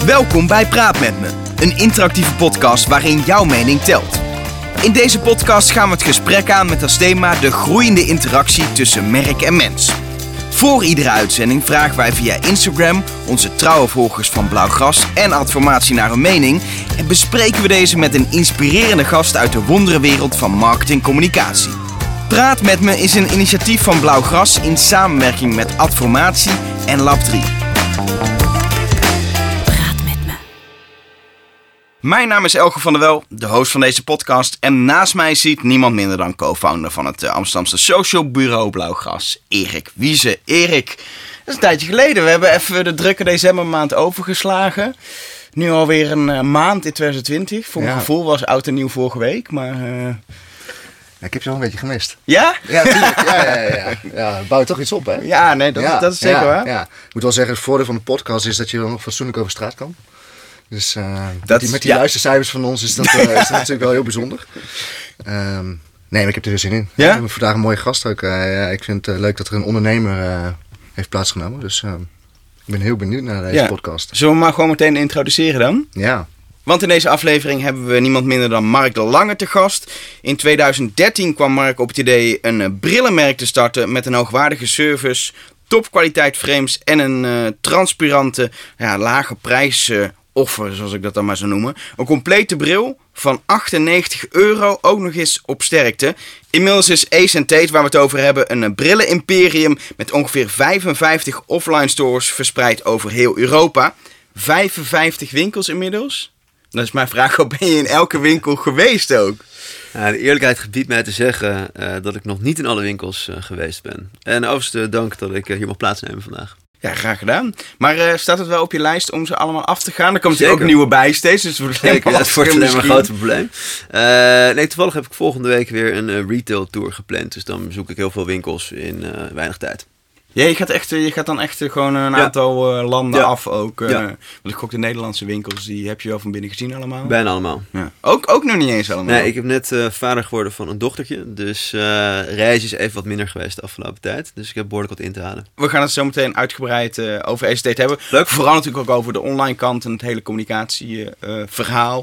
Welkom bij Praat met me, een interactieve podcast waarin jouw mening telt. In deze podcast gaan we het gesprek aan met als thema de groeiende interactie tussen merk en mens. Voor iedere uitzending vragen wij via Instagram onze trouwe volgers van Blauwgras en Adformatie naar hun mening en bespreken we deze met een inspirerende gast uit de wonderenwereld van marketingcommunicatie. Praat met me is een initiatief van Blauwgras in samenwerking met Adformatie en Lab 3. Mijn naam is Elke van der Wel, de host van deze podcast. En naast mij zit niemand minder dan co-founder van het Amsterdamse social bureau Blauwgras, Erik Wiese. Erik, dat is een tijdje geleden. We hebben even de drukke decembermaand overgeslagen. Nu alweer een maand in 2020. Voor mijn gevoel was oud en nieuw vorige week, maar... Ja, ik heb je wel een beetje gemist. Ja? Ja, tuurlijk. Ja, bouw toch iets op, hè? Ja, nee, dat is zeker waar. Ja. Ik moet wel zeggen, het voordeel van de podcast is dat je dan nog fatsoenlijk over straat kan. Dus met die luistercijfers van ons is dat natuurlijk wel heel bijzonder. Nee, maar ik heb er weer zin in. Ja? We hebben vandaag een mooie gast ook. Ik vind het leuk dat er een ondernemer heeft plaatsgenomen. Dus ik ben heel benieuwd naar deze podcast. Zullen we maar gewoon meteen introduceren dan? Ja. Want in deze aflevering hebben we niemand minder dan Mark de Lange te gast. In 2013 kwam Mark op het idee een brillenmerk te starten met een hoogwaardige service, topkwaliteit frames en een transparante, lage prijs offer, zoals ik dat dan maar zou noemen. Een complete bril van €98, ook nog eens op sterkte. Inmiddels is Ace & Tate, waar we het over hebben, een brillenimperium met ongeveer 55 offline stores verspreid over heel Europa. 55 winkels inmiddels. Dat is mijn vraag, ben je in elke winkel geweest ook? Ja, de eerlijkheid gebiedt mij te zeggen dat ik nog niet in alle winkels geweest ben. En overigens dank dat ik hier mag plaatsnemen vandaag. Ja, graag gedaan. Maar staat het wel op je lijst om ze allemaal af te gaan? Er komt natuurlijk ook nieuwe bij steeds. Dus dat wordt alleen maar een groot probleem. Nee, toevallig heb ik volgende week weer een retail tour gepland. Dus dan bezoek ik heel veel winkels in weinig tijd. Ja, je gaat dan echt gewoon een aantal landen af ook. Want ik gok de Nederlandse winkels, die heb je wel van binnen gezien allemaal? Bijna allemaal. Ja. Ook nog niet eens allemaal? Nee, ik heb net vader geworden van een dochtertje. Dus reizen is even wat minder geweest de afgelopen tijd. Dus ik heb behoorlijk wat in te halen. We gaan het zo meteen uitgebreid over Ace & Tate hebben. Leuk. Vooral natuurlijk ook over de online kant en het hele communicatieverhaal.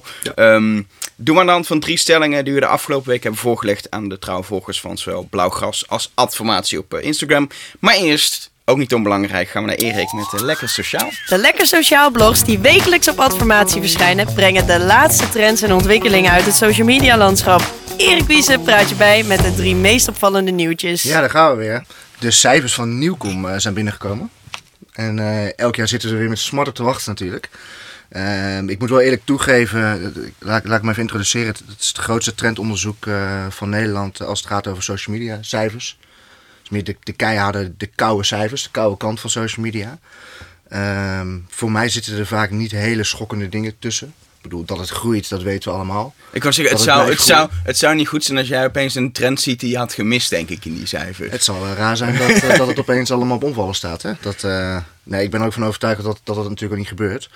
Doe maar aan de hand van 3 stellingen die we de afgelopen week hebben voorgelegd aan de trouwe volgers van zowel Blauwgras als Adformatie op Instagram. Maar eerst, ook niet onbelangrijk, gaan we naar Erik met Lekker Sociaal. De Lekker Sociaal blogs die wekelijks op Adformatie verschijnen, brengen de laatste trends en ontwikkelingen uit het social media landschap. Erik Wiese praat je bij met de 3 meest opvallende nieuwtjes. Ja, daar gaan we weer. De cijfers van Nieuwkom zijn binnengekomen. En elk jaar zitten we weer met smart op te wachten natuurlijk. Ik moet wel eerlijk toegeven, laat ik me even introduceren. Het is het grootste trendonderzoek van Nederland als het gaat over social media cijfers. Het is meer de keiharde, de koude cijfers, de koude kant van social media. Voor mij zitten er vaak niet hele schokkende dingen tussen. Ik bedoel, dat het groeit, dat weten we allemaal. Ik kan zeggen, het zou niet goed zijn als jij opeens een trend ziet die je had gemist, denk ik, in die cijfers. Het zal wel raar zijn dat het opeens allemaal op omvallen staat. Hè? Nee, ik ben er ook van overtuigd dat dat natuurlijk ook niet gebeurt.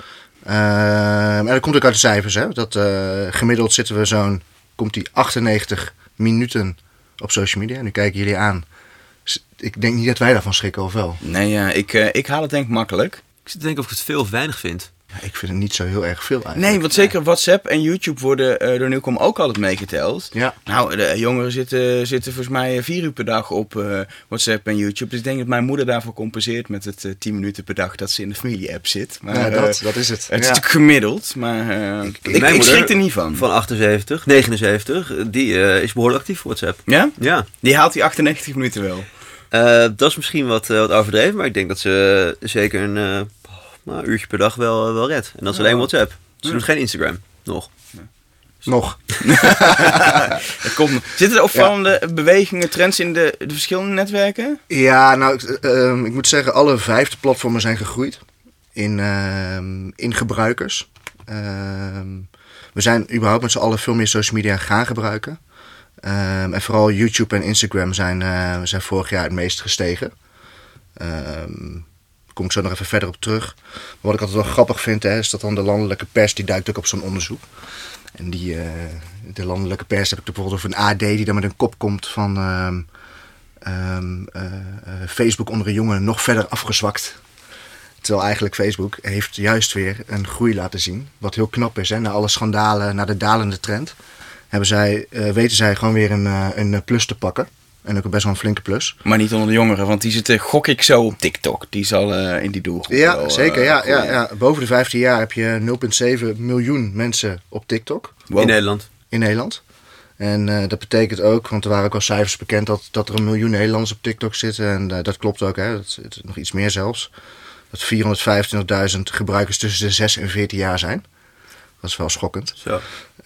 En dat komt ook uit de cijfers. Hè? Gemiddeld zitten we komt die 98 minuten op social media. Nu kijken jullie aan. Ik denk niet dat wij daarvan schrikken, of wel? Nee, ik haal het denk ik makkelijk. Ik zit te denken of ik het veel of weinig vind. Ja, ik vind het niet zo heel erg veel eigenlijk. Nee, want zeker WhatsApp en YouTube worden door Nieuwkom ook altijd meegeteld. Ja. Nou, de jongeren zitten volgens mij 4 uur per dag op WhatsApp en YouTube. Dus ik denk dat mijn moeder daarvoor compenseert met het 10 minuten per dag dat ze in de familie-app zit. Maar, ja, dat is het. Het is natuurlijk gemiddeld, maar ik schrik er niet van. Van 79, die is behoorlijk actief op WhatsApp. Ja? Ja. Die haalt die 98 minuten wel. Dat is misschien wat overdreven, maar ik denk dat ze zeker een uurtje per dag wel redt. En dat is alleen WhatsApp. Ze doet geen Instagram. Nog. Zitten er opvallende bewegingen, trends in de verschillende netwerken? Ja, nou, ik moet zeggen, alle 5 platformen zijn gegroeid in gebruikers. We zijn überhaupt met z'n allen veel meer social media gaan gebruiken. En vooral YouTube en Instagram zijn vorig jaar het meest gestegen. Daar kom ik zo nog even verder op terug. Maar wat ik altijd wel grappig vind, is dat dan de landelijke pers, die duikt ook op zo'n onderzoek. En de landelijke pers heb ik bijvoorbeeld over een AD die dan met een kop komt van Facebook onder de jongeren nog verder afgezwakt. Terwijl eigenlijk Facebook heeft juist weer een groei laten zien. Wat heel knap is. Hè? Na alle schandalen, na de dalende trend, weten zij gewoon weer een plus te pakken. En ook best wel een flinke plus. Maar niet onder de jongeren, want die zitten, gok ik zo, op TikTok. Die zal in die doelgroep Ja, zeker. Ja. Boven de 15 jaar heb je 0,7 miljoen mensen op TikTok. Wow. In Nederland. En dat betekent ook, want er waren ook al cijfers bekend dat er 1 miljoen Nederlanders op TikTok zitten. En dat klopt ook, hè. Het is nog iets meer zelfs. Dat 425.000 gebruikers tussen de 6 en 14 jaar zijn. Dat is wel schokkend. Zo.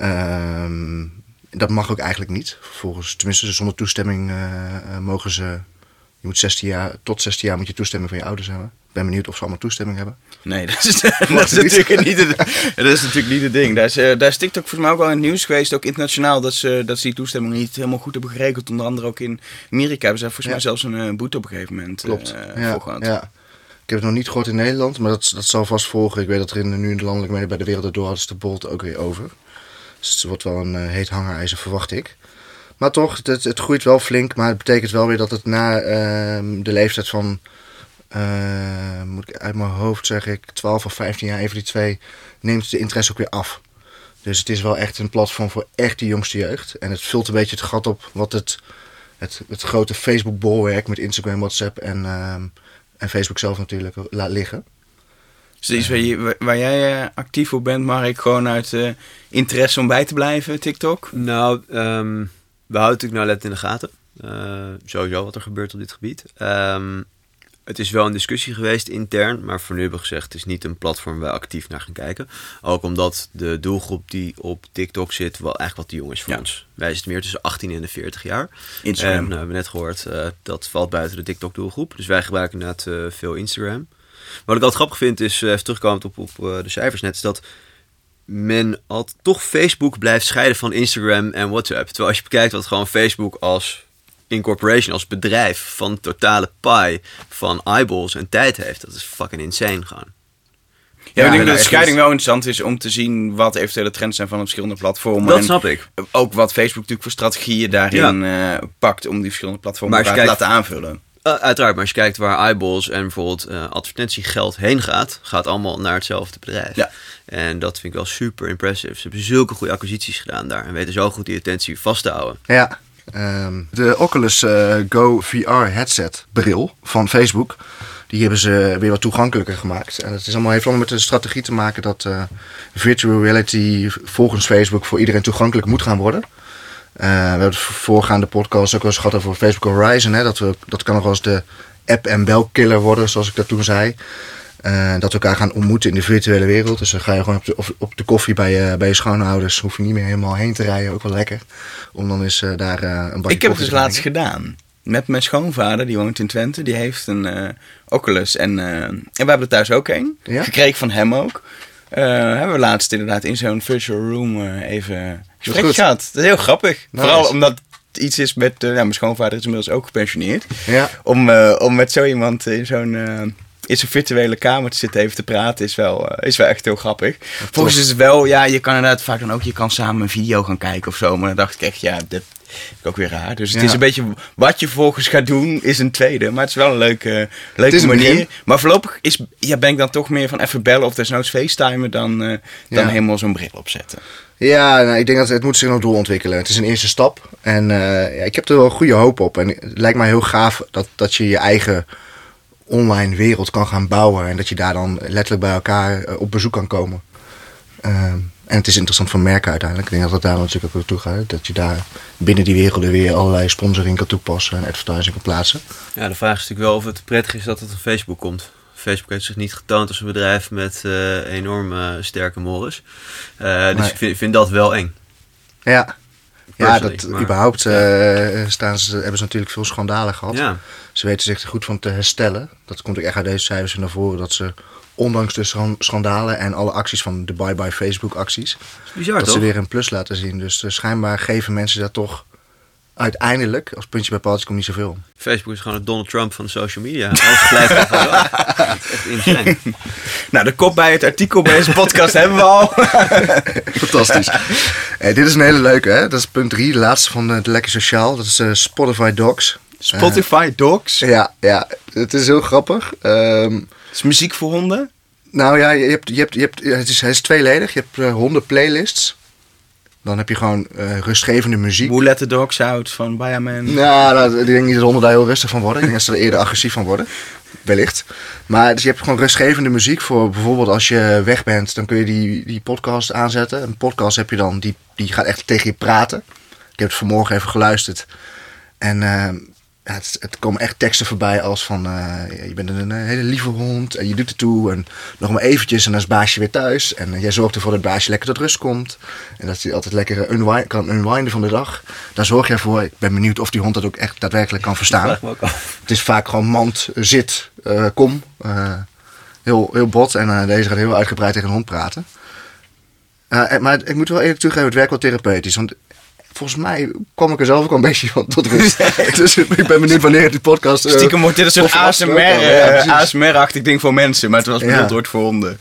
Dat mag ook eigenlijk niet. Tenminste, zonder toestemming mogen ze... Je moet 16 jaar, tot 16 jaar moet je toestemming van je ouders hebben. Ik ben benieuwd of ze allemaal toestemming hebben. Nee, dat is natuurlijk niet het ding. Daar is TikTok volgens mij ook wel in het nieuws geweest, ook internationaal, dat ze die toestemming niet helemaal goed hebben geregeld. Onder andere ook in Amerika hebben ze volgens mij zelfs een boete op een gegeven moment voor gehad. Ja. Ik heb het nog niet gehoord in Nederland, maar dat zal vast volgen. Ik weet dat er nu in de landelijk media bij de Wereld Door hadden ze de bolt ook weer over. Dus het wordt wel een heet hangerijzer, verwacht ik. Maar toch, het groeit wel flink. Maar het betekent wel weer dat het na de leeftijd van... moet ik uit mijn hoofd zeg ik 12 of 15 jaar, even die twee... neemt de interesse ook weer af. Dus het is wel echt een platform voor echt de jongste jeugd. En het vult een beetje het gat op wat het grote Facebook-bolwerk... met Instagram, WhatsApp en Facebook zelf natuurlijk laat liggen. Dus iets waar jij actief op bent, Mark, gewoon uit interesse om bij te blijven, TikTok? Nou, we houden natuurlijk nauwlettend in de gaten. Sowieso wat er gebeurt op dit gebied. Het is wel een discussie geweest intern, maar voor nu hebben we gezegd... het is niet een platform waar we actief naar gaan kijken. Ook omdat de doelgroep die op TikTok zit wel eigenlijk wat te jong is voor ons. Wij zitten meer tussen 18 en de 40 jaar. Instagram. En we hebben net gehoord, dat valt buiten de TikTok doelgroep. Dus wij gebruiken inderdaad veel Instagram. Wat ik altijd grappig vind is, even terugkomend op de cijfers net... is dat men toch Facebook blijft scheiden van Instagram en WhatsApp. Terwijl als je bekijkt wat gewoon Facebook als incorporation, als bedrijf... van totale pie van eyeballs en tijd heeft. Dat is fucking insane gewoon. Ja, ik denk dat de scheiding wel interessant is om te zien wat eventuele trends zijn van de verschillende platformen. Dat snap ik. Ook wat Facebook natuurlijk voor strategieën daarin pakt om die verschillende platformen te laten aanvullen. Uiteraard, maar als je kijkt waar eyeballs en bijvoorbeeld advertentiegeld heen gaat allemaal naar hetzelfde bedrijf. Ja. En dat vind ik wel super impressive. Ze hebben zulke goede acquisities gedaan daar en weten zo goed die attentie vast te houden. Ja, de Oculus Go VR headset bril van Facebook, die hebben ze weer wat toegankelijker gemaakt. En het heeft allemaal met de strategie te maken dat virtual reality volgens Facebook voor iedereen toegankelijk moet gaan worden. We hebben de voorgaande podcast ook wel eens gehad over Facebook Horizon. Hè? Dat kan nog wel eens de app- en belkiller worden, zoals ik dat toen zei. Dat we elkaar gaan ontmoeten in de virtuele wereld. Dus dan ga je gewoon op de koffie bij je schoonouders. Hoef je niet meer helemaal heen te rijden. Ook wel lekker. Om dan eens daar een bakje Ik heb het dus laatst gedaan. Met mijn schoonvader, die woont in Twente. Die heeft een Oculus. En we hebben er thuis ook een. Ja? Gekregen van hem ook. Hebben we laatst inderdaad in zo'n virtual room even gesprek gehad. Dat is heel grappig. Nice. Vooral omdat het iets is met... mijn schoonvader is inmiddels ook gepensioneerd. Ja. Om met zo iemand in zo'n virtuele kamer te zitten even te praten is wel echt heel grappig. Volgens is het wel... Ja, je kan inderdaad vaak dan ook... Je kan samen een video gaan kijken of zo. Maar dan dacht ik echt, dat is ook weer raar. Dus het is een beetje... Wat je vervolgens gaat doen is een tweede. Maar het is wel een leuke manier. Begin. Maar voorlopig ben ik dan toch meer van even bellen of desnoods facetimen dan helemaal zo'n bril opzetten. Ja, ik denk dat het moet zich nog doorontwikkelen. Het is een eerste stap. En ik heb er wel goede hoop op. En het lijkt mij heel gaaf dat je je eigen online wereld kan gaan bouwen. En dat je daar dan letterlijk bij elkaar op bezoek kan komen. En het is interessant voor merken uiteindelijk. Ik denk dat het daar natuurlijk ook weer toe gaat. Dat je daar binnen die werelden weer allerlei sponsoring kan toepassen en advertising kan plaatsen. Ja, de vraag is natuurlijk wel of het prettig is dat het op Facebook komt. Facebook heeft zich niet getoond als een bedrijf met enorm sterke mores. Dus ik vind dat wel eng. Ja, überhaupt hebben ze natuurlijk veel schandalen gehad. Ja. Ze weten zich er goed van te herstellen. Dat komt ook echt uit deze cijfers naar voren. Dat ze ondanks de schandalen en alle acties van de bye-bye Facebook acties. Bizar, dat ze weer een plus laten zien. Dus schijnbaar geven mensen daar toch uiteindelijk, als puntje bij paaltje komt niet zoveel. Facebook is gewoon het Donald Trump van de social media. Alles glijdt af. Dat is echt insane. Nou, de kop bij het artikel bij deze podcast hebben we al. Fantastisch. Dit is een hele leuke, hè? Dat is punt 3, de laatste van de Lekker Sociaal. Dat is Spotify Docs. Spotify Dogs? Ja, het is heel grappig. Is muziek voor honden? Nou ja, hij is tweeledig. Je hebt honden-playlists. Dan heb je gewoon rustgevende muziek. Who Let the Dogs Out van Bayaman. Nou, ik denk niet dat honden daar heel rustig van worden. Ik denk dat ze er eerder agressief van worden. Wellicht. Maar dus je hebt gewoon rustgevende muziek voor bijvoorbeeld als je weg bent. Dan kun je die podcast aanzetten. Een podcast heb je dan, die gaat echt tegen je praten. Ik heb het vanmorgen even geluisterd. En het komen echt teksten voorbij als van... je bent een hele lieve hond en je doet het toe. En nog maar eventjes en dan is baasje weer thuis. En jij zorgt ervoor dat het baasje lekker tot rust komt. En dat hij altijd lekker kan unwinden van de dag. Daar zorg jij voor. Ik ben benieuwd of die hond dat ook echt daadwerkelijk kan verstaan. Het is vaak gewoon mand, zit, kom. Heel bot. En deze gaat heel uitgebreid tegen een hond praten. Maar ik moet wel eerlijk toegeven, het werkt wel therapeutisch. Want volgens mij kwam ik er zelf ook al een beetje van tot rust. Dus ik ben benieuwd wanneer die podcast... Stiekem wordt dit een soort ASMR-achtig ding voor mensen. Maar het was bedoeld wordt voor honden.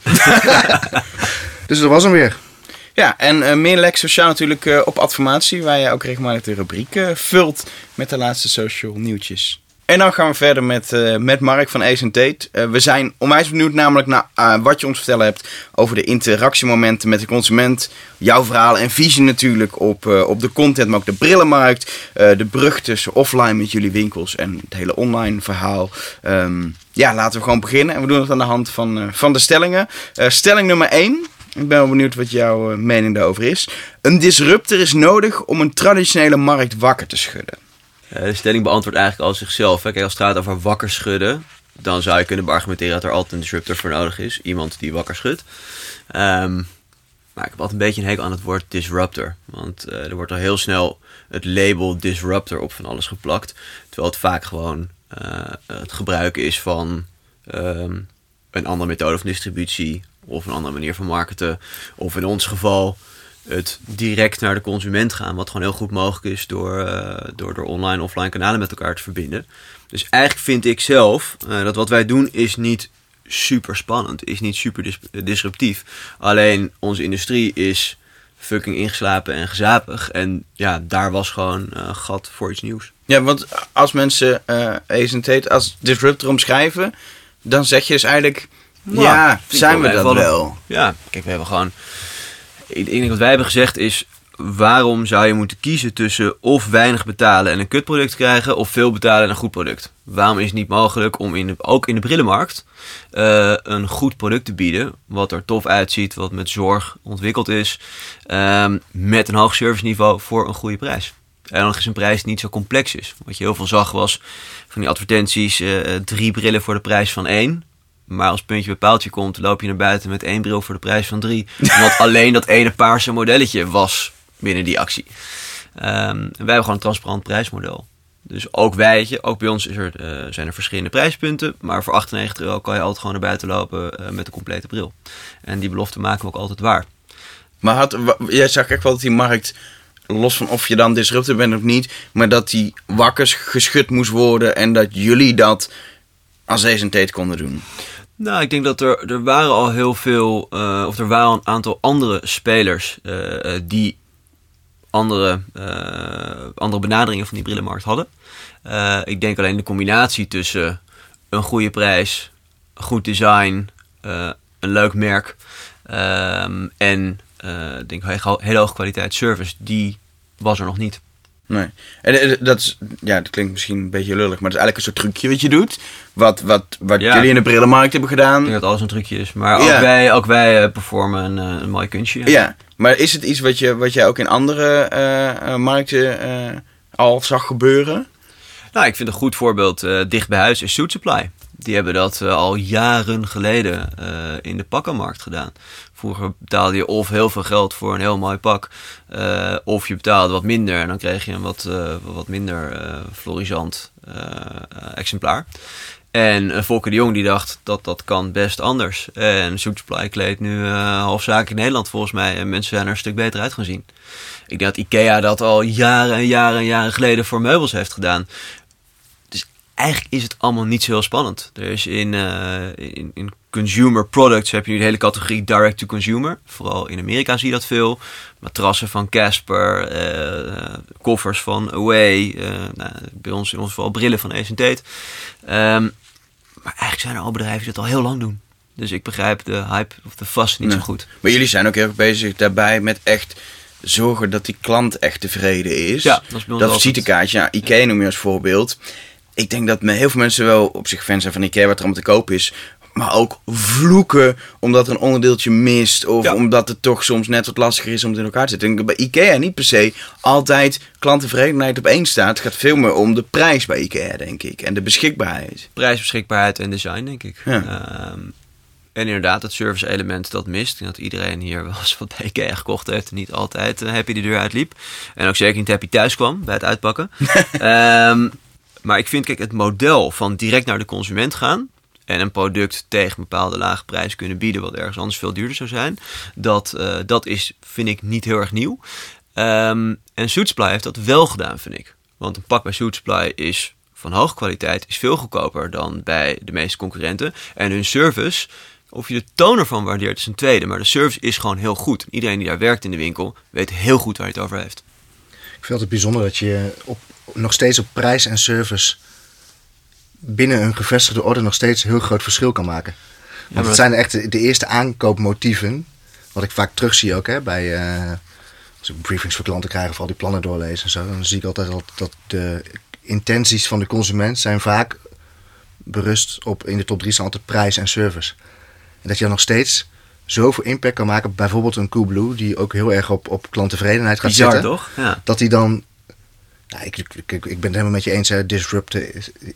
Dus dat was hem weer. Ja, en meer Lex Sociaal natuurlijk op Adformatie. Waar je ook regelmatig de rubriek vult met de laatste social nieuwtjes. En dan gaan we verder met Mark van Ace & Tate. We zijn onwijs benieuwd namelijk naar wat je ons vertellen hebt over de interactiemomenten met de consument. Jouw verhaal en visie natuurlijk op de content, maar ook de brillenmarkt. De brug tussen offline met jullie winkels en het hele online verhaal. Laten we gewoon beginnen. En we doen het aan de hand van de stellingen. Stelling nummer 1. Ik ben wel benieuwd wat jouw mening daarover is. Een disruptor is nodig om een traditionele markt wakker te schudden. De stelling beantwoordt eigenlijk al zichzelf. Hè. Kijk, als het gaat over wakker schudden, dan zou je kunnen beargumenteren dat er altijd een disruptor voor nodig is. Iemand die wakker schudt. Maar ik heb altijd een beetje een hekel aan het woord disruptor. Want er wordt al heel snel het label disruptor op van alles geplakt. Terwijl het vaak gewoon het gebruiken is van een andere methode van distributie. Of een andere manier van marketen. Of in ons geval het direct naar de consument gaan. Wat gewoon heel goed mogelijk is door online en offline kanalen met elkaar te verbinden. Dus eigenlijk vind ik zelf dat wat wij doen is niet super spannend. Is niet super disruptief. Alleen onze industrie is fucking ingeslapen en gezapig. En ja, daar was gewoon gat voor iets nieuws. Ja, want als mensen Ace & Tate als disruptor omschrijven, dan zeg je dus eigenlijk, zijn we dat wel? Ja, kijk, we hebben gewoon... Ik denk wat wij hebben gezegd is, waarom zou je moeten kiezen tussen of weinig betalen en een kutproduct krijgen, of veel betalen en een goed product? Waarom is het niet mogelijk om ook in de brillenmarkt een goed product te bieden, wat er tof uitziet, wat met zorg ontwikkeld is, met een hoog serviceniveau voor een goede prijs? En dan is een prijs die niet zo complex is. Wat je heel veel zag was van die advertenties, 3 brillen voor de prijs van 1. Maar als puntje bij paaltje komt, loop je naar buiten met 1 bril voor de prijs van 3. Omdat alleen dat ene paarse modelletje was binnen die actie. En wij hebben gewoon een transparant prijsmodel. Dus ook ook bij ons zijn er verschillende prijspunten. Maar voor €98 kan je altijd gewoon naar buiten lopen met een complete bril. En die belofte maken we ook altijd waar. Maar jij zag echt wel dat die markt, los van of je dan disruptor bent of niet, maar dat die wakker geschud moest worden en dat jullie dat als Ace & Tate konden doen. Nou, ik denk dat er waren al heel veel, of er waren een aantal andere spelers die andere benaderingen van die brillenmarkt hadden. Ik denk alleen de combinatie tussen een goede prijs, goed design, een leuk merk en denk hele hoge kwaliteit service, die was er nog niet. Nee. En dat klinkt misschien een beetje lullig, maar het is eigenlijk een soort trucje wat je doet. Wat jullie in de brillenmarkt hebben gedaan. Ik denk dat alles een trucje is. Maar ook wij performen een mooi kunstje. Ja, maar is het iets wat jij ook in andere markten al zag gebeuren? Nou, ik vind een goed voorbeeld dicht bij huis is Suit Supply. Die hebben dat al jaren geleden in de pakkenmarkt gedaan. Vroeger betaalde je of heel veel geld voor een heel mooi pak, of je betaalde wat minder en dan kreeg je een wat minder florisant exemplaar. En Volker de Jong die dacht dat kan best anders. En Suit Supply kleedt nu halfzaak in Nederland volgens mij. En mensen zijn er een stuk beter uit gaan zien. Ik denk dat IKEA dat al jaren geleden voor meubels heeft gedaan. Dus eigenlijk is het allemaal niet zo heel spannend. Er is in consumer products heb je nu de hele categorie direct to consumer. Vooral in Amerika zie je dat veel. Matrassen van Casper, koffers van Away, bij ons in ons geval brillen van Ace & Tate. Maar eigenlijk zijn er al bedrijven die dat al heel lang doen. Dus ik begrijp de hype of de fuss niet zo goed. Maar jullie zijn ook heel erg bezig daarbij met echt zorgen dat die klant echt tevreden is. Ja, dat is bij ons dat visitekaartje. Ja, Ikea noem je als voorbeeld. Ik denk dat heel veel mensen wel op zich fan zijn van Ikea, wat er allemaal te koop is. Maar ook vloeken omdat er een onderdeeltje mist. Of omdat het toch soms net wat lastiger is om het in elkaar te zetten. Ik denk dat bij Ikea niet per se altijd klanttevredenheid op één staat. Het gaat veel meer om de prijs bij Ikea, denk ik. En de beschikbaarheid. Prijs, beschikbaarheid en design, denk ik. Ja. En inderdaad, het service element dat mist. Dat iedereen hier wel eens wat bij Ikea gekocht heeft. En niet altijd happy de deur uitliep. En ook zeker niet happy thuis kwam bij het uitpakken. Maar ik vind, kijk, het model van direct naar de consument gaan en een product tegen een bepaalde lage prijs kunnen bieden, wat ergens anders veel duurder zou zijn, dat is, vind ik, niet heel erg nieuw. En Suitsupply heeft dat wel gedaan, vind ik. Want een pak bij Suitsupply is van hoge kwaliteit, is veel goedkoper dan bij de meeste concurrenten. En hun service, of je de toon ervan waardeert, is een tweede. Maar de service is gewoon heel goed. Iedereen die daar werkt in de winkel weet heel goed waar hij het over heeft. Ik vind het bijzonder dat je nog steeds op prijs en service binnen een gevestigde orde nog steeds een heel groot verschil kan maken. Want het zijn echt de eerste aankoopmotieven, wat ik vaak terugzie ook bij als ik briefings voor klanten krijg of al die plannen doorlezen en zo, dan zie ik altijd dat de intenties van de consument zijn vaak berust op, in de top 3 staan altijd prijs en service. En dat je dan nog steeds zoveel impact kan maken, bijvoorbeeld een Coolblue, die ook heel erg op klanttevredenheid gaat bizar, zitten. Toch? Ja. Dat die dan, ik ben het helemaal met je eens, disrupten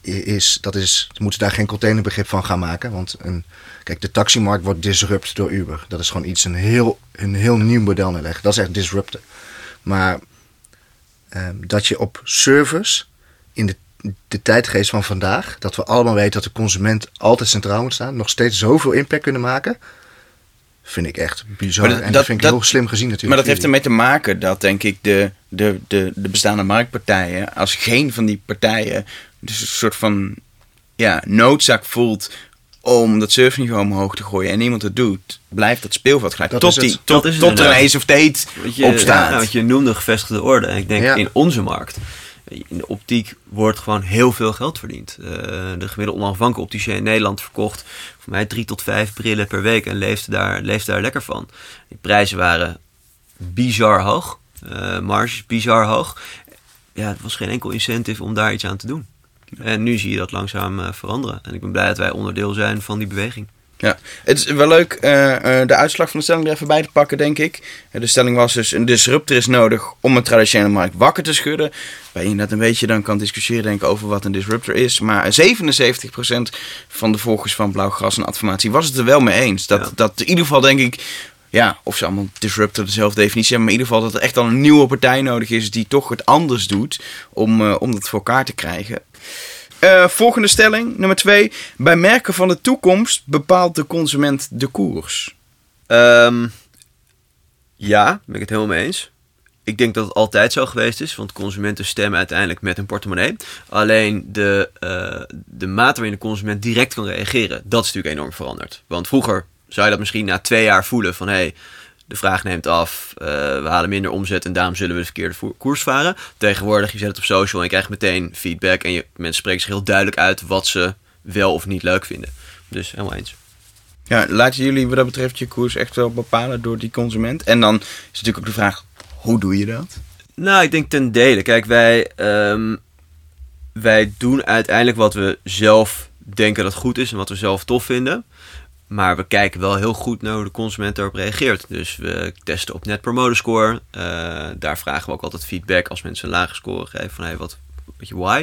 ze moeten daar geen containerbegrip van gaan maken. Want de taximarkt wordt disrupt door Uber. Dat is gewoon een heel nieuw model neerleggen. Dat is echt disrupten. Maar dat je op service in de tijdgeest van vandaag, dat we allemaal weten dat de consument altijd centraal moet staan, nog steeds zoveel impact kunnen maken, vind ik echt bizar. Dat vind ik heel slim gezien natuurlijk. Maar dat heeft ermee te maken dat, denk ik, de bestaande marktpartijen, als geen van die partijen dus een soort van noodzaak voelt om dat surfniveau omhoog te gooien en niemand het doet, blijft dat speelveld gelijk. Tot er een Ace of Tate opstaat. Wat je noemde gevestigde orde. En ik denk in onze markt, in de optiek wordt gewoon heel veel geld verdiend. De gemiddelde onafhankelijke opticien in Nederland verkocht voor mij 3 tot 5 brillen per week en leefde daar lekker van. Die prijzen waren bizar hoog. Marges bizar hoog. Ja, er was geen enkel incentive om daar iets aan te doen. En nu zie je dat langzaam veranderen. En ik ben blij dat wij onderdeel zijn van die beweging. Ja, het is wel leuk de uitslag van de stelling er even bij te pakken, denk ik. De stelling was dus: een disruptor is nodig om een traditionele markt wakker te schudden. Waar je inderdaad een beetje dan kan discussiëren, denk ik, over wat een disruptor is. Maar 77% van de volgers van Blauwgras en Adformatie was het er wel mee eens. Dat in ieder geval, denk ik, of ze allemaal disruptor dezelfde definitie hebben, maar in ieder geval dat er echt al een nieuwe partij nodig is die toch het anders doet om dat voor elkaar te krijgen. Volgende stelling, nummer 2. Bij merken van de toekomst bepaalt de consument de koers. Ja, daar ben ik het helemaal mee eens. Ik denk dat het altijd zo geweest is, want consumenten stemmen uiteindelijk met hun portemonnee. Alleen de mate waarin de consument direct kan reageren, dat is natuurlijk enorm veranderd. Want vroeger zou je dat misschien na 2 jaar voelen van de vraag neemt af, we halen minder omzet en daarom zullen we de verkeerde koers varen. Tegenwoordig, je zet het op social en je krijgt meteen feedback en mensen spreken zich heel duidelijk uit wat ze wel of niet leuk vinden. Dus helemaal eens. Ja, laten jullie wat dat betreft je koers echt wel bepalen door die consument? En dan is natuurlijk ook de vraag, hoe doe je dat? Nou, ik denk ten dele. Kijk, wij doen uiteindelijk wat we zelf denken dat goed is en wat we zelf tof vinden. Maar we kijken wel heel goed naar hoe de consument daarop reageert. Dus we testen op Net Promoter Score. Daar vragen we ook altijd feedback als mensen een lage score geven van why.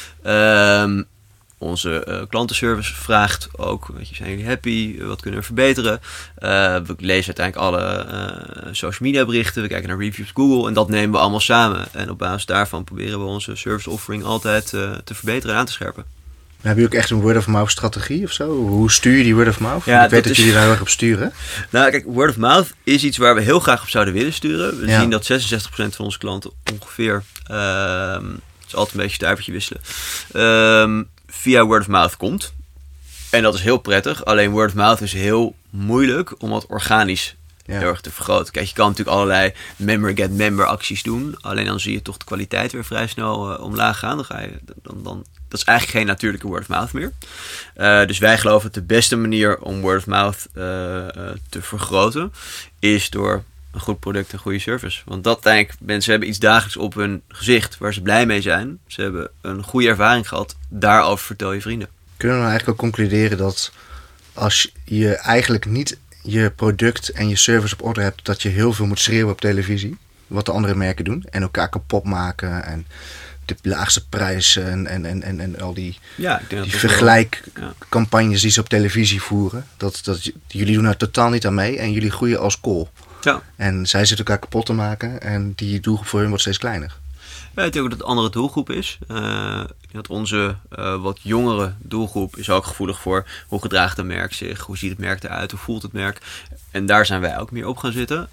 Onze klantenservice vraagt ook, zijn jullie happy? Wat kunnen we verbeteren? We lezen uiteindelijk alle social media berichten. We kijken naar reviews op Google en dat nemen we allemaal samen. En op basis daarvan proberen we onze service offering altijd te verbeteren en aan te scherpen. Heb je ook echt een word-of-mouth strategie of zo? Hoe stuur je die word-of-mouth? Ja, ik weet dat jullie daar heel erg op sturen. Nou, kijk, word-of-mouth is iets waar we heel graag op zouden willen sturen. We zien dat 66% van onze klanten ongeveer, het is altijd een beetje stuivertje wisselen, via word of mouth komt. En dat is heel prettig. Alleen word of mouth is heel moeilijk om het organisch heel erg te vergroten. Kijk, je kan natuurlijk allerlei member get member acties doen. Alleen dan zie je toch de kwaliteit weer vrij snel omlaag gaan. Dan dat is eigenlijk geen natuurlijke word of mouth meer. Dus wij geloven dat de beste manier om word of mouth te vergroten is door een goed product en goede service. Want dat uiteindelijk, mensen hebben iets dagelijks op hun gezicht waar ze blij mee zijn. Ze hebben een goede ervaring gehad. Daarover vertel je vrienden. Kunnen we nou eigenlijk ook concluderen dat als je eigenlijk niet je product en je service op orde hebt, dat je heel veel moet schreeuwen op televisie, wat de andere merken doen, en elkaar kapot maken en de laagste prijs en al die, die vergelijkcampagnes die ze op televisie voeren. Jullie doen daar totaal niet aan mee en jullie groeien als kool. Ja. En zij zitten elkaar kapot te maken en die doelgroep voor hun wordt steeds kleiner. Ja, ik denk ook dat het een andere doelgroep is. Dat onze wat jongere doelgroep is ook gevoelig voor hoe gedraagt een merk zich, hoe ziet het merk eruit, hoe voelt het merk. En daar zijn wij ook meer op gaan zitten.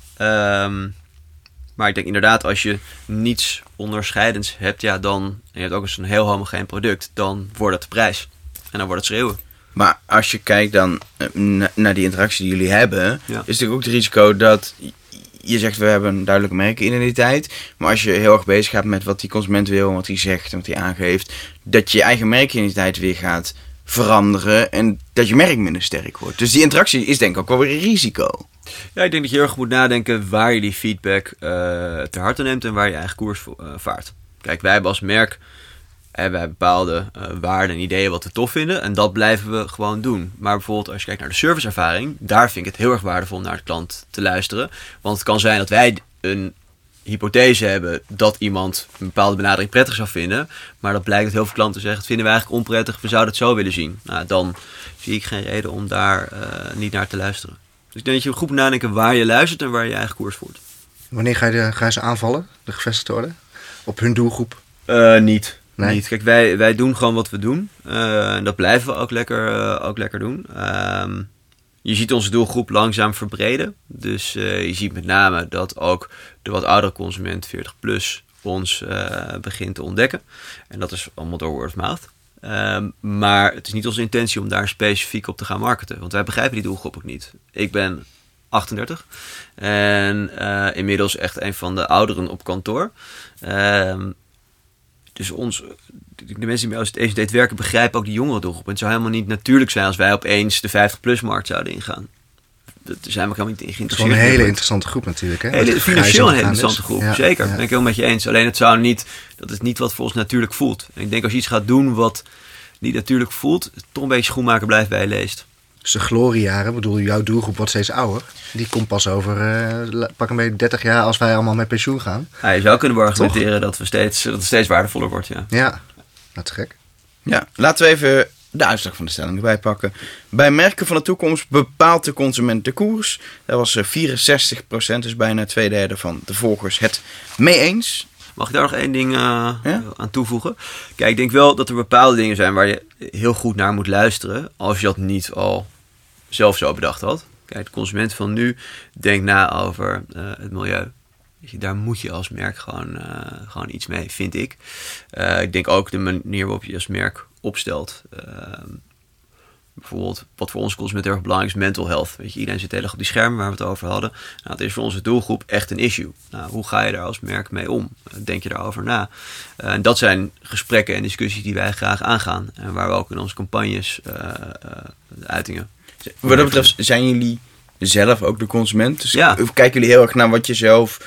Maar ik denk inderdaad, als je niets onderscheidends hebt, dan, en je hebt ook eens een heel homogeen product, dan wordt het de prijs. En dan wordt het schreeuwen. Maar als je kijkt dan naar die interactie die jullie hebben, is natuurlijk ook het risico dat je zegt, we hebben een duidelijke merkidentiteit. Maar als je heel erg bezig gaat met wat die consument wil en wat hij zegt en wat hij aangeeft, dat je eigen merkidentiteit weer gaat veranderen en dat je merk minder sterk wordt. Dus die interactie is denk ik ook wel weer een risico. Ja, ik denk dat je heel erg moet nadenken waar je die feedback ter harte neemt en waar je eigen koers vaart. Kijk, wij hebben als merk bepaalde waarden en ideeën wat we tof vinden en dat blijven we gewoon doen. Maar bijvoorbeeld als je kijkt naar de serviceervaring, daar vind ik het heel erg waardevol om naar de klant te luisteren. Want het kan zijn dat wij een hypothese hebben dat iemand een bepaalde benadering prettig zou vinden, maar dat blijkt dat heel veel klanten zeggen, dat vinden we eigenlijk onprettig, we zouden het zo willen zien. Nou, dan zie ik geen reden om daar niet naar te luisteren. Dus ik denk dat je goed moet nadenken waar je luistert en waar je eigen koers voert. Wanneer ga je ze aanvallen, de gevestigde orde? Op hun doelgroep? Niet. Nee? Niet. Kijk, wij doen gewoon wat we doen. En dat blijven we ook lekker doen. Je ziet onze doelgroep langzaam verbreden. Dus je ziet met name dat ook de wat oudere consument, 40 plus, ons begint te ontdekken. En dat is allemaal door word of mouth. Maar het is niet onze intentie om daar specifiek op te gaan marketen. Want wij begrijpen die doelgroep ook niet. Ik ben 38 en inmiddels echt een van de ouderen op kantoor. Dus de mensen die bij ons het Asian Date werken begrijpen ook die jongere doelgroep. En het zou helemaal niet natuurlijk zijn als wij opeens de 50-plus markt zouden ingaan. Daar zijn we helemaal niet in geïnteresseerd. Het is wel een hele interessante groep natuurlijk. Hè? Financieel een hele interessante groep, ja, zeker. Ja. Ben ik helemaal met je eens. Alleen dat is niet wat voor ons natuurlijk voelt. En ik denk als je iets gaat doen wat niet natuurlijk voelt, toch een beetje schoenmaker blijft bij je leest. Dus de gloriejaren, bedoel, jouw doelgroep wordt steeds ouder. Die komt pas over, pak een beetje 30 jaar als wij allemaal met pensioen gaan. Ja, je zou kunnen argumenteren dat het steeds waardevoller wordt, Ja, dat is gek. Ja, laten we even de uitslag van de stelling erbij pakken. Bij merken van de toekomst bepaalt de consument de koers. Daar was 64%, dus bijna 2/3 van de volgers het mee eens. Mag ik daar nog één ding aan toevoegen? Kijk, ik denk wel dat er bepaalde dingen zijn waar je heel goed naar moet luisteren als je dat niet al zelf zo bedacht had. Kijk, de consument van nu denkt na over het milieu. Daar moet je als merk gewoon iets mee, vind ik. Ik denk ook de manier waarop je als merk opstelt. Bijvoorbeeld, wat voor onze consument erg belangrijk is, mental health. Weet je, iedereen zit heel erg op die schermen waar we het over hadden. Nou, het is voor onze doelgroep echt een issue. Nou, hoe ga je daar als merk mee om? Denk je daarover na? En dat zijn gesprekken en discussies die wij graag aangaan. En waar we ook in onze campagnes uitingen. Wat dat betreft, zijn jullie zelf ook de consument? Dus ja. Kijken jullie heel erg naar wat je zelf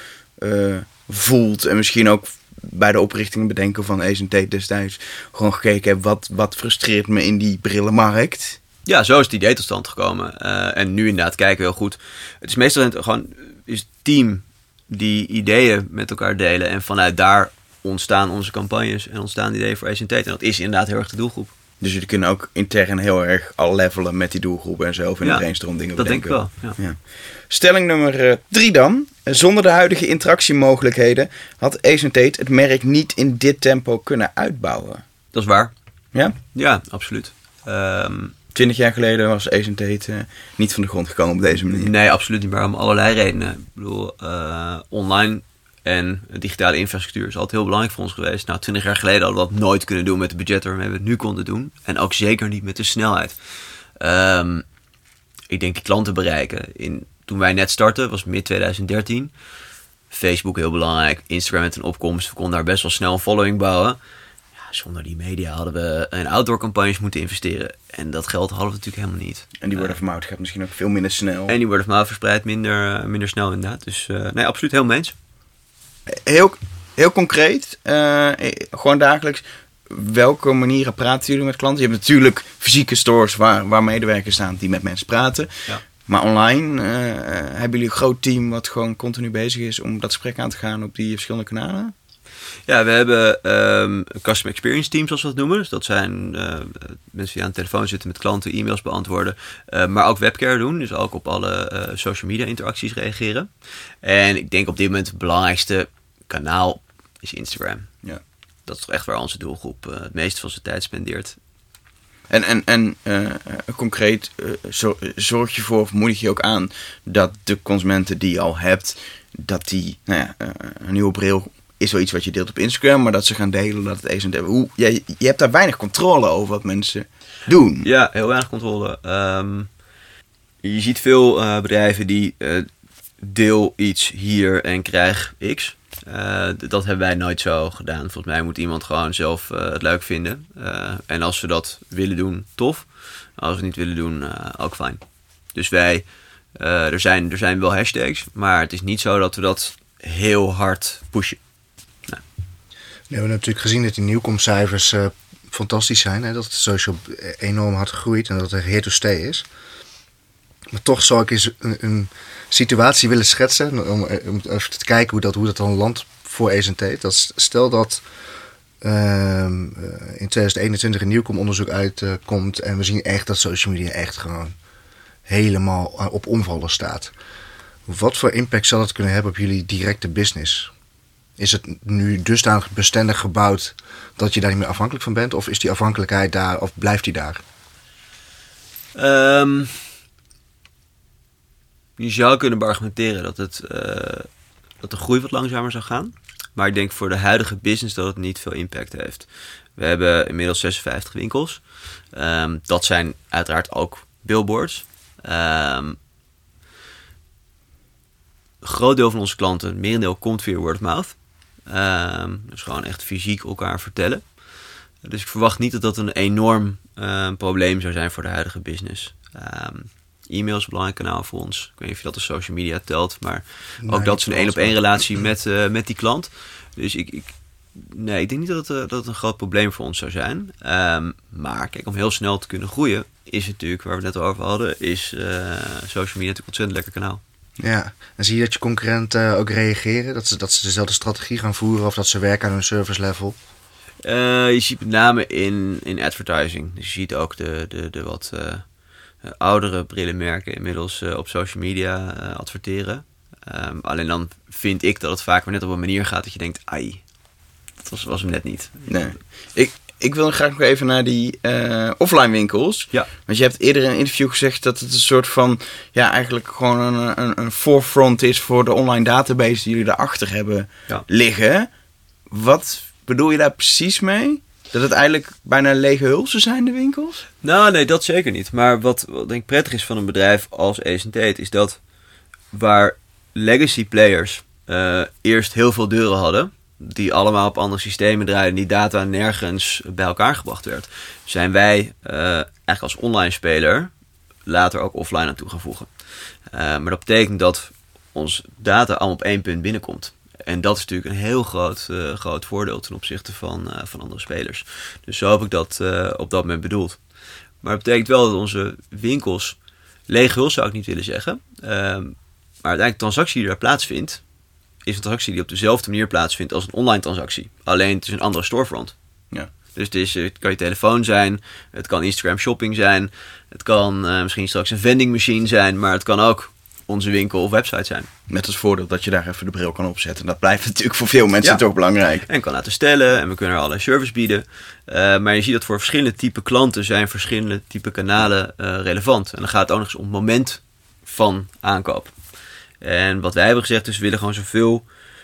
voelt en misschien ook bij de oprichting bedenken van Asian Date destijds gewoon gekeken heb wat frustreert me in die brillenmarkt? Ja, zo is het idee tot stand gekomen. En nu inderdaad kijken we heel goed. Het is meestal gewoon het team die ideeën met elkaar delen en vanuit daar ontstaan onze campagnes en ontstaan ideeën voor Asian Date. En dat is inderdaad heel erg de doelgroep. Dus jullie kunnen ook intern heel erg al levelen met die doelgroep en zelf in de brainstorm dingen bedenken. Dat denk ik wel, ja. Stelling nummer 3 dan. Zonder de huidige interactiemogelijkheden had Asian Date het merk niet in dit tempo kunnen uitbouwen. Dat is waar. Ja? Ja, absoluut. 20 jaar geleden was Asian Date niet van de grond gekomen op deze manier. Nee, absoluut niet, maar om allerlei redenen. Ik bedoel, online En digitale infrastructuur is altijd heel belangrijk voor ons geweest. Nou, 20 jaar geleden hadden we dat nooit kunnen doen met de budget waarmee we het nu konden doen. En ook zeker niet met de snelheid. Ik denk die klanten bereiken. Toen wij net startten, was mid 2013. Facebook heel belangrijk. Instagram met een opkomst. We konden daar best wel snel een following bouwen. Ja, zonder die media hadden we in outdoor campagnes moeten investeren. En dat geld hadden we natuurlijk helemaal niet. En die word of mouth gaat misschien ook veel minder snel. En die word of mouth verspreidt minder snel inderdaad. Dus nee, absoluut helemaal eens. Heel concreet, gewoon dagelijks. Welke manieren praten jullie met klanten? Je hebt natuurlijk fysieke stores waar medewerkers staan die met mensen praten. Ja. Maar online hebben jullie een groot team wat gewoon continu bezig is om dat gesprek aan te gaan op die verschillende kanalen? Ja, we hebben Customer Experience teams, zoals we dat noemen. Dus dat zijn mensen die aan de telefoon zitten met klanten, e-mails beantwoorden. Maar ook webcare doen, dus ook op alle social media interacties reageren. En ik denk op dit moment het belangrijkste kanaal is Instagram. Ja. Dat is toch echt waar onze doelgroep het meeste van zijn tijd spendeert. En concreet zorg je voor of moedig je ook aan dat de consumenten die je al hebt, dat die, een nieuwe bril is wel iets wat je deelt op Instagram, maar dat ze gaan delen dat het eens en je hebt daar weinig controle over wat mensen doen. Ja, heel weinig controle. Je ziet veel bedrijven die deel iets hier en krijg X. Dat hebben wij nooit zo gedaan. Volgens mij moet iemand gewoon zelf het leuk vinden. En als we dat willen doen, tof. Als we het niet willen doen, ook fijn. Dus wij, er zijn wel hashtags, maar het is niet zo dat we dat heel hard pushen. Nee. We hebben natuurlijk gezien dat die nieuwkomstcijfers fantastisch zijn. Hè? Dat het social enorm hard groeit en dat het here to stay is. Maar toch zou ik eens een situatie willen schetsen om even te kijken hoe dat dan landt voor ESNT. Dat stel dat in 2021 een nieuwkom onderzoek uitkomt en we zien echt dat social media echt gewoon helemaal op omvallen staat. Wat voor impact zal dat kunnen hebben op jullie directe business? Is het nu dusdanig bestendig gebouwd dat je daar niet meer afhankelijk van bent? Of is die afhankelijkheid daar of blijft die daar? Je zou kunnen beargumenteren dat de groei wat langzamer zou gaan. Maar ik denk voor de huidige business dat het niet veel impact heeft. We hebben inmiddels 56 winkels. Dat zijn uiteraard ook billboards. Een groot deel van onze klanten, het merendeel, komt via word of mouth. Dus gewoon echt fysiek elkaar vertellen. Dus ik verwacht niet dat dat een enorm probleem zou zijn voor de huidige business. E-mail is een belangrijk kanaal voor ons. Ik weet niet of je dat de social media telt, maar ook dat is een 1-op-1 relatie met die klant. Dus ik denk niet dat het een groot probleem voor ons zou zijn. Maar kijk, om heel snel te kunnen groeien, is het natuurlijk, waar we het net over hadden, is social media natuurlijk een ontzettend lekker kanaal. Ja, en zie je dat je concurrenten ook reageren? Dat ze dezelfde strategie gaan voeren of dat ze werken aan hun service level? Je ziet met name in advertising. Dus je ziet ook de wat oudere brillenmerken inmiddels op social media adverteren. Alleen dan vind ik dat het vaak weer net op een manier gaat dat je denkt, ai, dat was hem net niet. Nee. Ik wil graag nog even naar die offline winkels. Ja. Want je hebt eerder in een interview gezegd dat het een soort van, eigenlijk gewoon een forefront is voor de online database die jullie daarachter hebben liggen. Wat bedoel je daar precies mee? Dat het eigenlijk bijna lege hulsen zijn, de winkels? Nou, nee, dat zeker niet. Maar wat denk ik prettig is van een bedrijf als ESNT, is dat waar legacy players eerst heel veel deuren hadden, die allemaal op andere systemen draaiden, die data nergens bij elkaar gebracht werd, zijn wij eigenlijk als online speler later ook offline aan toe gaan voegen. Maar dat betekent dat ons data allemaal op één punt binnenkomt. En dat is natuurlijk een heel groot voordeel ten opzichte van andere spelers. Dus zo heb ik dat op dat moment bedoeld. Maar dat betekent wel dat onze winkels lege huls zou ik niet willen zeggen. Maar uiteindelijk de transactie die daar plaatsvindt, is een transactie die op dezelfde manier plaatsvindt als een online transactie. Alleen het is een andere storefront. Ja. Dus het kan je telefoon zijn, het kan Instagram shopping zijn, het kan misschien straks een vending machine zijn, maar het kan ook onze winkel of website zijn. Met als voordeel dat je daar even de bril kan opzetten. Dat blijft natuurlijk voor veel mensen toch belangrijk. En kan laten stellen en we kunnen er allerlei service bieden. Maar je ziet dat voor verschillende type klanten zijn verschillende type kanalen relevant. En dan gaat het ook nog eens om het moment van aankoop. En wat wij hebben gezegd is, we willen gewoon zoveel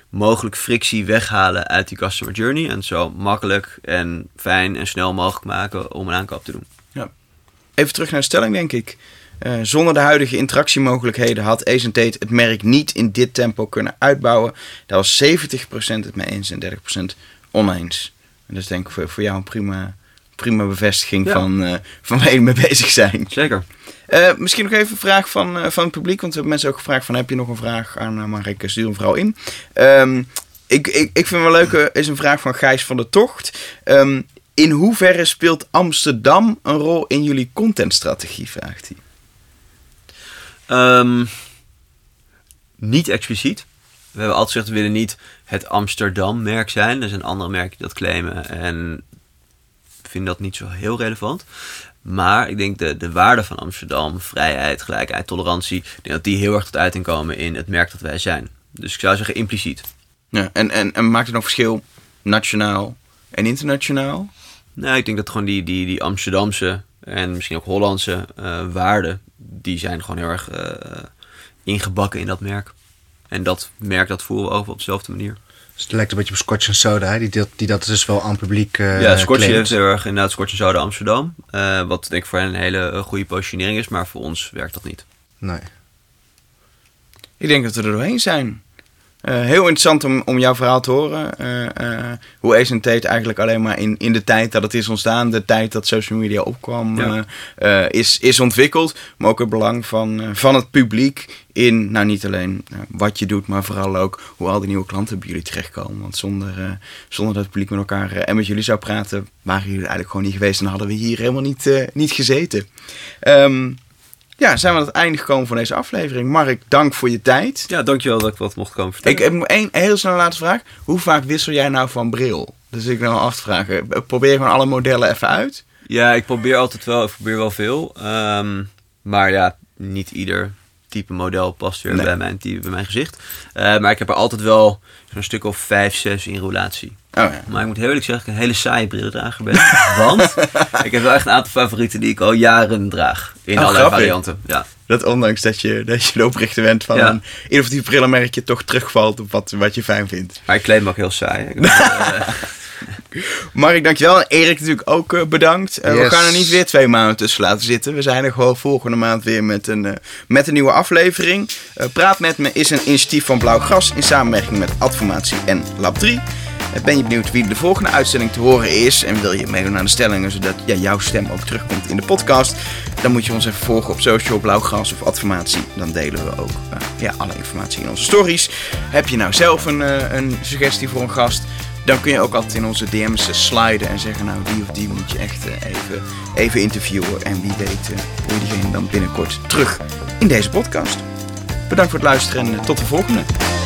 mogelijk frictie weghalen uit die customer journey. En zo makkelijk en fijn en snel mogelijk maken om een aankoop te doen. Ja. Even terug naar de stelling, denk ik. Zonder de huidige interactiemogelijkheden had Ace & Tate het merk niet in dit tempo kunnen uitbouwen. Daar was 70% het mee eens en 30% oneens. En dat is denk ik voor jou een prima bevestiging van waar jullie mee bezig zijn. Zeker. Misschien nog even een vraag van het publiek. Want we hebben mensen ook gevraagd van, heb je nog een vraag aan Mark? Stuur hem vooral in. Ik vind wel leuk, is een vraag van Gijs van der Tocht. In hoeverre speelt Amsterdam een rol in jullie contentstrategie, vraagt hij. Niet expliciet. We hebben altijd gezegd, we willen niet het Amsterdam-merk zijn. Er zijn andere merken die dat claimen en vinden dat niet zo heel relevant. Maar ik denk de waarde van Amsterdam, vrijheid, gelijkheid, tolerantie, ik denk dat die heel erg tot uiting komen in het merk dat wij zijn. Dus ik zou zeggen impliciet. Ja, en maakt het nog verschil nationaal en internationaal? Nou, ik denk dat gewoon die Amsterdamse en misschien ook Hollandse waarden, die zijn gewoon heel erg ingebakken in dat merk. En dat merk, dat voelen we over op dezelfde manier. Dus het lijkt een beetje op Scotch & Soda, hè? Die dat dus wel aan publiek ja, Scotch claimt. heeft heel erg inderdaad Scotch & Soda Amsterdam. Wat denk ik voor hen een hele goede positionering is, maar voor ons werkt dat niet. Nee. Ik denk dat we er doorheen zijn. Heel interessant om jouw verhaal te horen. Hoe Ace & Tate eigenlijk alleen maar in de tijd dat het is ontstaan, de tijd dat social media opkwam, is ontwikkeld. Maar ook het belang van het publiek in, nou niet alleen wat je doet, maar vooral ook hoe al die nieuwe klanten bij jullie terechtkomen. Want zonder dat het publiek met elkaar en met jullie zou praten, waren jullie eigenlijk gewoon niet geweest en hadden we hier helemaal niet gezeten. Ja, zijn we aan het einde gekomen van deze aflevering. Mark, dank voor je tijd. Ja, dankjewel dat ik wat mocht komen vertellen. Ik heb nog één heel snelle laatste vraag. Hoe vaak wissel jij nou van bril? Dus ik nou af te vragen. Probeer gewoon alle modellen even uit. Ja, ik probeer wel veel. Maar ja, niet ieder type model past weer bij mijn gezicht. Maar ik heb er altijd wel zo'n stuk of 5, 6 in roulatie. Oh, ja. Maar ik moet heel eerlijk zeggen dat ik een hele saaie brillendrager ben. Want ik heb wel echt een aantal favorieten die ik al jaren draag. In allerlei grappig. varianten. Ja. Dat ondanks dat je de oprichter bent van een innovatief brillenmerkje toch terugvalt op wat je fijn vindt. Maar ik kleed me ook heel saai. Mark, dankjewel. En Erik natuurlijk ook bedankt. Yes. We gaan er niet weer 2 maanden tussen laten zitten. We zijn er gewoon volgende maand weer met een nieuwe aflevering. Praat met me is een initiatief van Blauw Gras in samenwerking met Adformatie en Lab 3. Ben je benieuwd wie de volgende uitzending te horen is en wil je meedoen aan de stellingen zodat jouw stem ook terugkomt in de podcast, dan moet je ons even volgen op social, Blauwgras of Adformatie. Dan delen we ook alle informatie in onze stories. Heb je nou zelf een suggestie voor een gast, dan kun je ook altijd in onze DM's sliden en zeggen, nou die of die moet je echt even interviewen. En wie weet hoor je diegene dan binnenkort terug in deze podcast. Bedankt voor het luisteren en tot de volgende.